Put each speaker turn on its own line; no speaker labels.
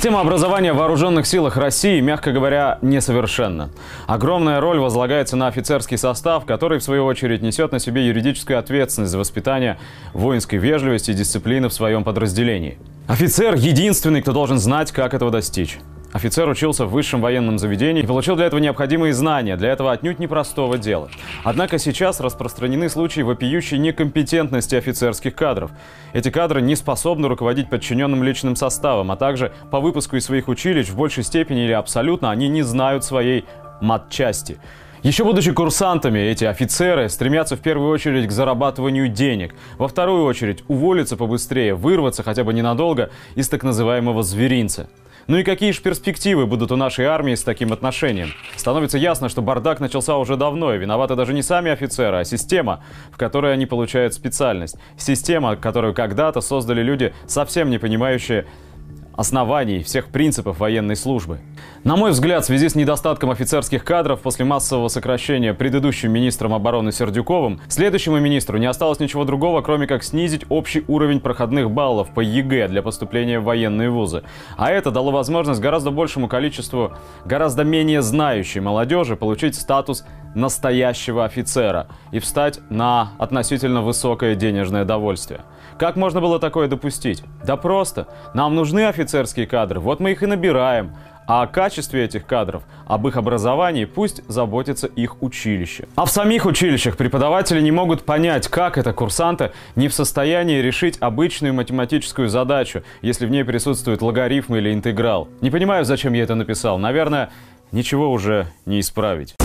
Система образования в вооруженных силах России, мягко говоря, несовершенна. Огромная роль возлагается на офицерский состав, который, в свою очередь, несет на себе юридическую ответственность за воспитание воинской вежливости и дисциплины в своем подразделении. Офицер – единственный, кто должен знать, как этого достичь. Офицер учился в высшем военном заведении и получил для этого необходимые знания, для этого отнюдь непростого дела. Однако сейчас распространены случаи вопиющей некомпетентности офицерских кадров. Эти кадры не способны руководить подчиненным личным составом, а также по выпуску из своих училищ в большей степени или абсолютно они не знают своей матчасти. Еще будучи курсантами, эти офицеры стремятся в первую очередь к зарабатыванию денег, во вторую очередь уволиться побыстрее, вырваться хотя бы ненадолго из так называемого зверинца. Ну и какие же перспективы будут у нашей армии с таким отношением? Становится ясно, что бардак начался уже давно, и виноваты даже не сами офицеры, а система, в которой они получают специальность. Система, которую когда-то создали люди, совсем не понимающие оснований всех принципов военной службы. На мой взгляд, в связи с недостатком офицерских кадров после массового сокращения предыдущим министром обороны Сердюковым, следующему министру не осталось ничего другого, кроме как снизить общий уровень проходных баллов по ЕГЭ для поступления в военные вузы. А это дало возможность гораздо большему количеству гораздо менее знающей молодежи получить статус настоящего офицера и встать на относительно высокое денежное довольствие. Как можно было такое допустить? Да просто. Нам нужны офицерские кадры, вот мы их и набираем. А о качестве этих кадров, об их образовании пусть заботится их училище. А в самих училищах преподаватели не могут понять, как это курсанты не в состоянии решить обычную математическую задачу, если в ней присутствует логарифм или интеграл. Не понимаю, зачем я это написал. Наверное, ничего уже не исправить.